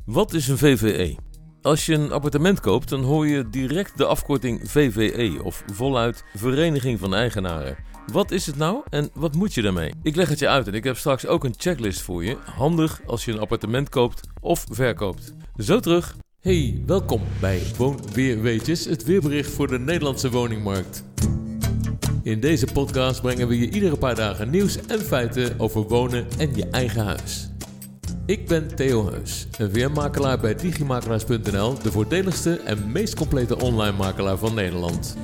Wat is een VvE? Als je een appartement koopt, dan hoor je direct de afkorting VvE of voluit Vereniging van Eigenaren. Wat is het nou en wat moet je daarmee? Ik leg het je uit en ik heb straks ook een checklist voor je. Handig als je een appartement koopt of verkoopt. Zo terug. Hey, welkom bij Woonweerweetjes, het weerbericht voor de Nederlandse woningmarkt. In deze podcast brengen we je iedere paar dagen nieuws en feiten over wonen en je eigen huis. Ik ben Theo Heus, een VM-makelaar bij Digimakelaars.nl, de voordeligste en meest complete online makelaar van Nederland.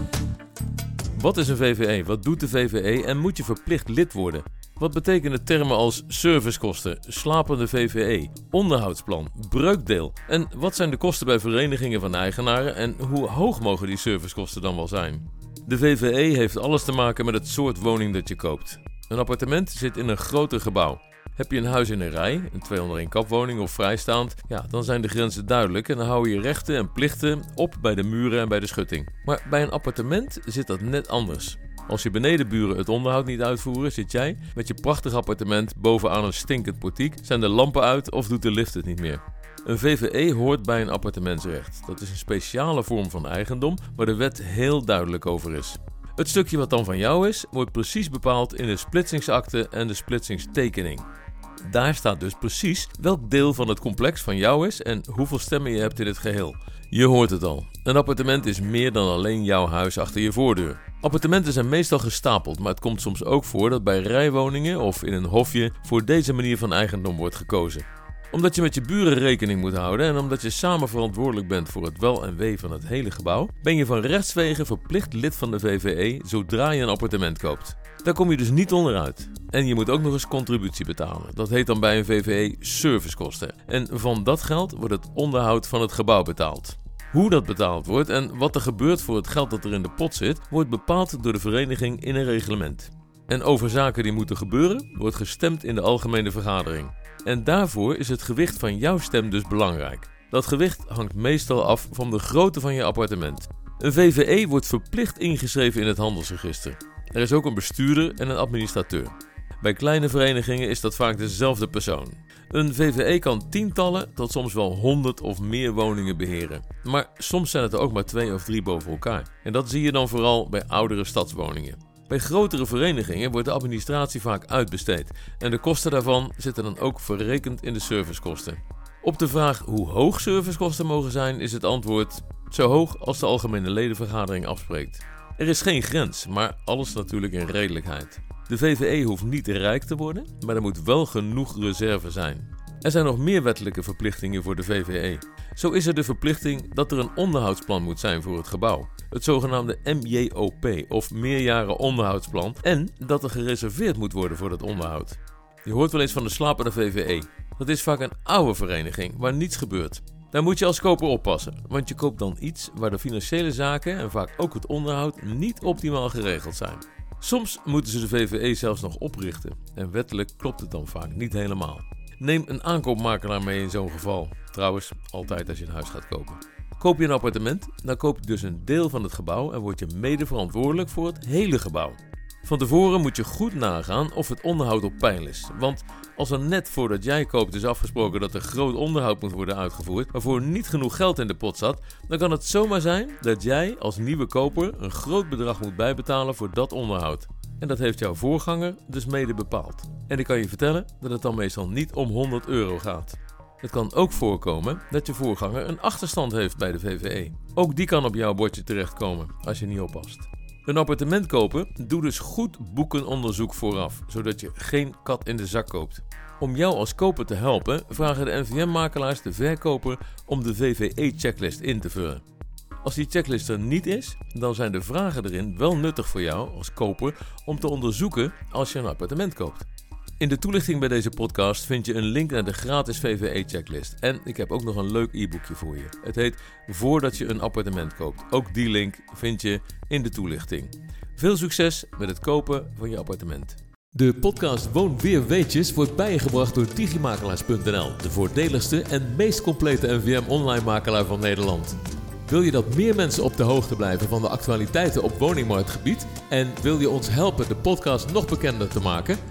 Wat is een VvE? Wat doet de VvE en moet je verplicht lid worden? Wat betekenen termen als servicekosten, slapende VvE, onderhoudsplan, breukdeel? En wat zijn de kosten bij verenigingen van eigenaren en hoe hoog mogen die servicekosten dan wel zijn? De VvE heeft alles te maken met het soort woning dat je koopt. Een appartement zit in een groter gebouw. Heb je een huis in een rij, een 201 kapwoning of vrijstaand, dan zijn de grenzen duidelijk en dan hou je rechten en plichten op bij de muren en bij de schutting. Maar bij een appartement zit dat net anders. Als je benedenburen het onderhoud niet uitvoeren, zit jij met je prachtig appartement bovenaan een stinkend portiek, zijn de lampen uit of doet de lift het niet meer. Een VvE hoort bij een appartementsrecht. Dat is een speciale vorm van eigendom waar de wet heel duidelijk over is. Het stukje wat dan van jou is, wordt precies bepaald in de splitsingsakte en de splitsingstekening. Daar staat dus precies welk deel van het complex van jou is en hoeveel stemmen je hebt in het geheel. Je hoort het al. Een appartement is meer dan alleen jouw huis achter je voordeur. Appartementen zijn meestal gestapeld, maar het komt soms ook voor dat bij rijwoningen of in een hofje voor deze manier van eigendom wordt gekozen. Omdat je met je buren rekening moet houden en omdat je samen verantwoordelijk bent voor het wel en wee van het hele gebouw, ben je van rechtswege verplicht lid van de VvE zodra je een appartement koopt. Daar kom je dus niet onderuit. En je moet ook nog eens contributie betalen. Dat heet dan bij een VvE servicekosten. En van dat geld wordt het onderhoud van het gebouw betaald. Hoe dat betaald wordt en wat er gebeurt voor het geld dat er in de pot zit, wordt bepaald door de vereniging in een reglement. En over zaken die moeten gebeuren, wordt gestemd in de algemene vergadering. En daarvoor is het gewicht van jouw stem dus belangrijk. Dat gewicht hangt meestal af van de grootte van je appartement. Een VvE wordt verplicht ingeschreven in het handelsregister. Er is ook een bestuurder en een administrateur. Bij kleine verenigingen is dat vaak dezelfde persoon. Een VvE kan tientallen tot soms wel 100 of meer woningen beheren. Maar soms zijn het er ook maar 2 of 3 boven elkaar. En dat zie je dan vooral bij oudere stadswoningen. Bij grotere verenigingen wordt de administratie vaak uitbesteed. En de kosten daarvan zitten dan ook verrekend in de servicekosten. Op de vraag hoe hoog servicekosten mogen zijn is het antwoord zo hoog als de algemene ledenvergadering afspreekt. Er is geen grens, maar alles natuurlijk in redelijkheid. De VvE hoeft niet rijk te worden, maar er moet wel genoeg reserve zijn. Er zijn nog meer wettelijke verplichtingen voor de VvE. Zo is er de verplichting dat er een onderhoudsplan moet zijn voor het gebouw. Het zogenaamde MJOP of meerjaren onderhoudsplan en dat er gereserveerd moet worden voor dat onderhoud. Je hoort wel eens van de slapende VvE. Dat is vaak een oude vereniging waar niets gebeurt. Daar moet je als koper oppassen, want je koopt dan iets waar de financiële zaken en vaak ook het onderhoud niet optimaal geregeld zijn. Soms moeten ze de VvE zelfs nog oprichten en wettelijk klopt het dan vaak niet helemaal. Neem een aankoopmakelaar mee in zo'n geval. Trouwens, altijd als je een huis gaat kopen. Koop je een appartement, dan koop je dus een deel van het gebouw en word je mede verantwoordelijk voor het hele gebouw. Van tevoren moet je goed nagaan of het onderhoud op peil is. Want als er net voordat jij koopt is afgesproken dat er groot onderhoud moet worden uitgevoerd, waarvoor niet genoeg geld in de pot zat, dan kan het zomaar zijn dat jij als nieuwe koper een groot bedrag moet bijbetalen voor dat onderhoud. En dat heeft jouw voorganger dus mede bepaald. En ik kan je vertellen dat het dan meestal niet om €100 gaat. Het kan ook voorkomen dat je voorganger een achterstand heeft bij de VvE. Ook die kan op jouw bordje terechtkomen als je niet oppast. Een appartement kopen, doe dus goed boekenonderzoek vooraf, zodat je geen kat in de zak koopt. Om jou als koper te helpen, vragen de NVM-makelaars de verkoper om de VvE-checklist in te vullen. Als die checklist er niet is, dan zijn de vragen erin wel nuttig voor jou als koper om te onderzoeken als je een appartement koopt. In de toelichting bij deze podcast vind je een link naar de gratis VvE-checklist. En ik heb ook nog een leuk e-boekje voor je. Het heet Voordat je een appartement koopt. Ook die link vind je in de toelichting. Veel succes met het kopen van je appartement. De podcast Woonweerweetjes wordt bijgebracht door Digimakelaars.nl, de voordeligste en meest complete NVM-online-makelaar van Nederland. Wil je dat meer mensen op de hoogte blijven van de actualiteiten op woningmarktgebied? En wil je ons helpen de podcast nog bekender te maken?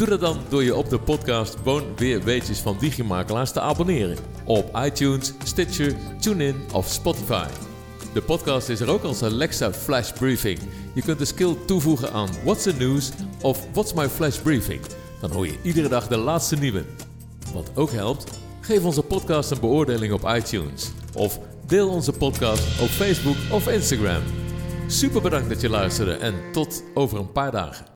Doe dat dan door je op de podcast Woon Weer Weetjes van Digimakelaars te abonneren. Op iTunes, Stitcher, TuneIn of Spotify. De podcast is er ook als Alexa Flash Briefing. Je kunt de skill toevoegen aan What's the News of What's my Flash Briefing. Dan hoor je iedere dag de laatste nieuwe. Wat ook helpt, geef onze podcast een beoordeling op iTunes. Of deel onze podcast op Facebook of Instagram. Super bedankt dat je luisterde en tot over een paar dagen.